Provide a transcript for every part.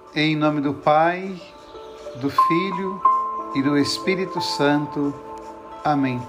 Em nome do Pai, do Filho e do Espírito Santo. Amém.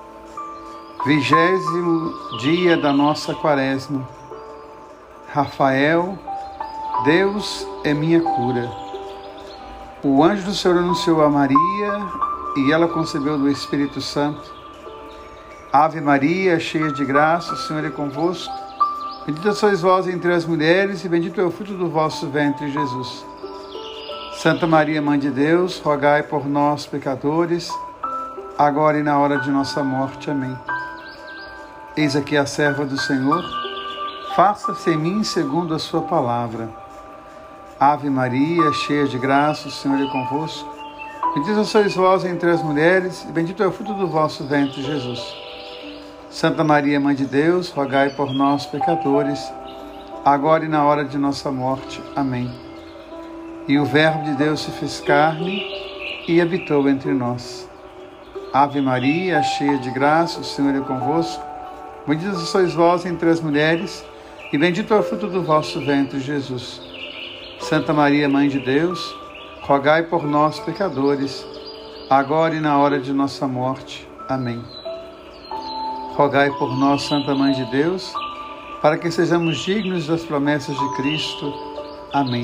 20º dia da nossa Quaresma. Rafael, Deus é minha cura. O anjo do Senhor anunciou a Maria e ela concebeu do Espírito Santo. Ave Maria, cheia de graça, o Senhor é convosco. Bendita sois vós entre as mulheres e bendito é o fruto do vosso ventre, Jesus. Santa Maria, Mãe de Deus, rogai por nós, pecadores, agora e na hora de nossa morte. Amém. Eis aqui a serva do Senhor, faça-se em mim segundo a sua palavra. Ave Maria, cheia de graça, o Senhor é convosco. Bendita sois vós entre as mulheres e bendito é o fruto do vosso ventre, Jesus. Santa Maria, Mãe de Deus, rogai por nós, pecadores, agora e na hora de nossa morte. Amém. E o Verbo de Deus se fez carne e habitou entre nós. Ave Maria, cheia de graça, o Senhor é convosco. Bendita sois vós entre as mulheres, e bendito é o fruto do vosso ventre, Jesus. Santa Maria, Mãe de Deus, rogai por nós, pecadores, agora e na hora de nossa morte. Amém. Rogai por nós, Santa Mãe de Deus, para que sejamos dignos das promessas de Cristo. Amém.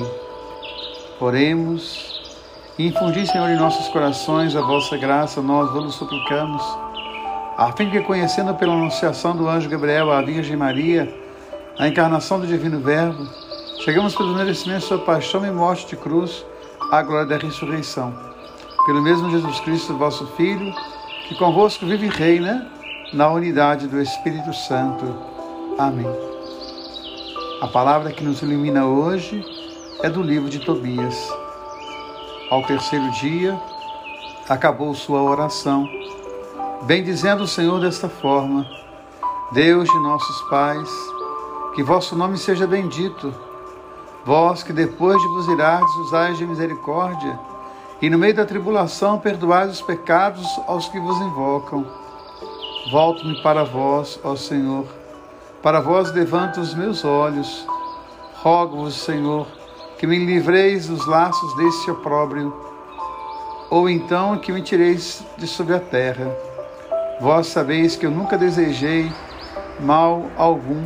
Oremos. Infundi, Senhor, em nossos corações a vossa graça, nós vos suplicamos, a fim de que, conhecendo pela anunciação do anjo Gabriel à Virgem Maria, a encarnação do Divino Verbo, chegamos pelo merecimento de sua paixão e morte de cruz, à glória da ressurreição. Pelo mesmo Jesus Cristo, vosso Filho, que convosco vive e reina, na unidade do Espírito Santo. Amém. A palavra que nos ilumina hoje é do livro de Tobias. Ao terceiro dia, acabou sua oração, bendizendo o Senhor desta forma: Deus de nossos pais, que vosso nome seja bendito, vós que depois de vos irardes usais de misericórdia, e no meio da tribulação perdoais os pecados aos que vos invocam. Volto-me para vós, ó Senhor, para vós levanto os meus olhos. Rogo-vos, Senhor, que me livreis dos laços desse opróbrio, ou então que me tireis de sobre a terra. Vós sabeis que eu nunca desejei mal algum,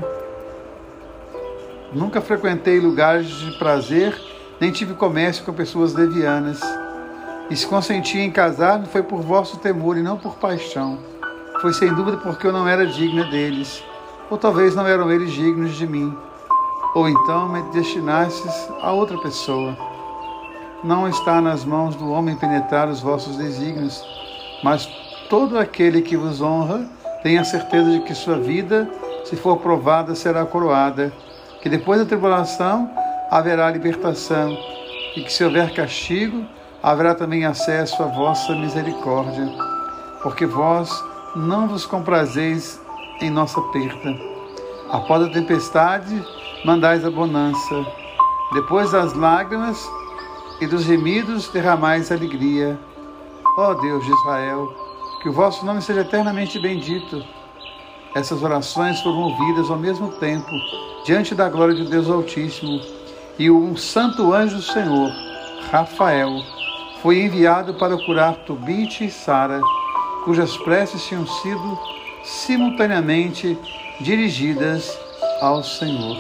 nunca frequentei lugares de prazer, nem tive comércio com pessoas levianas. E se consenti em casar-me foi por vosso temor e não por paixão. Foi sem dúvida porque eu não era digna deles, ou talvez não eram eles dignos de mim. Ou então me destinastes a outra pessoa. Não está nas mãos do homem penetrar os vossos desígnios, mas todo aquele que vos honra tem a certeza de que sua vida, se for provada, será coroada, que depois da tribulação haverá libertação, e que se houver castigo, haverá também acesso à vossa misericórdia, porque vós não vos comprazeis em nossa perda. Após a tempestade, mandais a bonança. Depois das lágrimas e dos gemidos, derramais alegria. Ó Deus de Israel, que o vosso nome seja eternamente bendito. Essas orações foram ouvidas ao mesmo tempo, diante da glória de Deus Altíssimo, e um santo anjo do Senhor, Rafael, foi enviado para curar Tobit e Sara, cujas preces tinham sido simultaneamente dirigidas ao Senhor.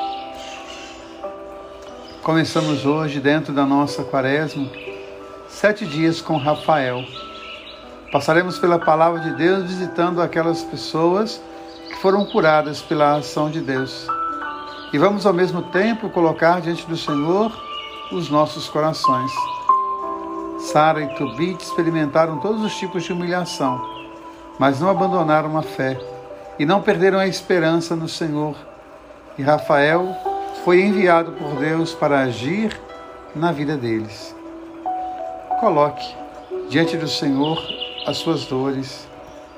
Começamos hoje, dentro da nossa Quaresma, 7 dias com Rafael. Passaremos pela palavra de Deus visitando aquelas pessoas que foram curadas pela ação de Deus. E vamos ao mesmo tempo colocar diante do Senhor os nossos corações. Sara e Tobit experimentaram todos os tipos de humilhação, mas não abandonaram a fé e não perderam a esperança no Senhor. E Rafael foi enviado por Deus para agir na vida deles. Coloque diante do Senhor as suas dores,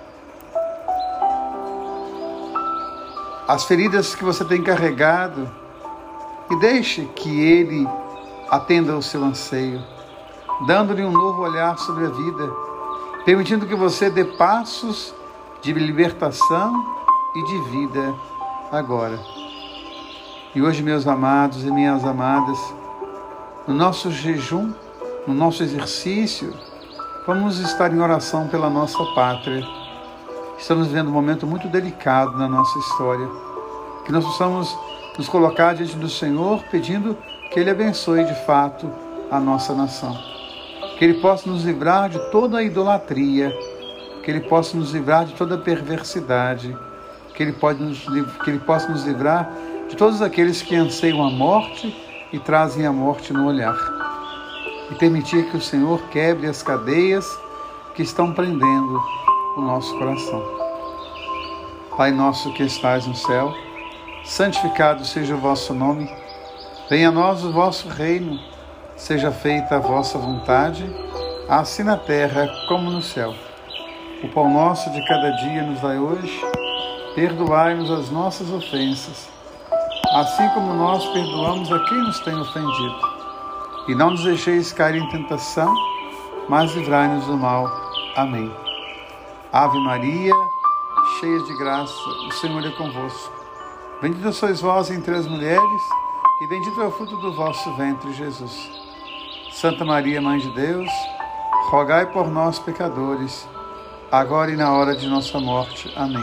as feridas que você tem carregado, e deixe que Ele atenda ao seu anseio, dando-lhe um novo olhar sobre a vida, permitindo que você dê passos de libertação e de vida agora. E hoje, meus amados e minhas amadas, no nosso jejum, no nosso exercício, vamos estar em oração pela nossa pátria. Estamos vivendo um momento muito delicado na nossa história. Que nós possamos nos colocar diante do Senhor, pedindo que Ele abençoe de fato a nossa nação. Que Ele possa nos livrar de toda a idolatria, que Ele possa nos livrar de toda a perversidade, que Ele possa nos livrar de todos aqueles que anseiam a morte e trazem a morte no olhar. E permitir que o Senhor quebre as cadeias que estão prendendo o nosso coração. Pai nosso que estais no céu, santificado seja o vosso nome. Venha a nós o vosso reino. Seja feita a vossa vontade, assim na terra como no céu. O pão nosso de cada dia nos dai hoje. Perdoai-nos as nossas ofensas, assim como nós perdoamos a quem nos tem ofendido. E não nos deixeis cair em tentação, mas livrai-nos do mal. Amém. Ave Maria, cheia de graça, o Senhor é convosco. Bendita sois vós entre as mulheres, e bendito é o fruto do vosso ventre, Jesus. Santa Maria, Mãe de Deus, rogai por nós, pecadores, agora e na hora de nossa morte. Amém.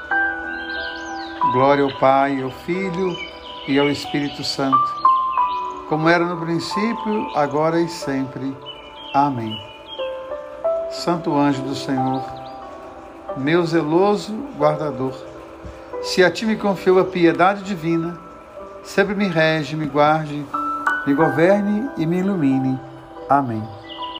Glória ao Pai, ao Filho e ao Espírito Santo, como era no princípio, agora e sempre. Amém. Santo anjo do Senhor, meu zeloso guardador, se a ti me confio a piedade divina, sempre me rege, me guarde, me governe e me ilumine. Amém.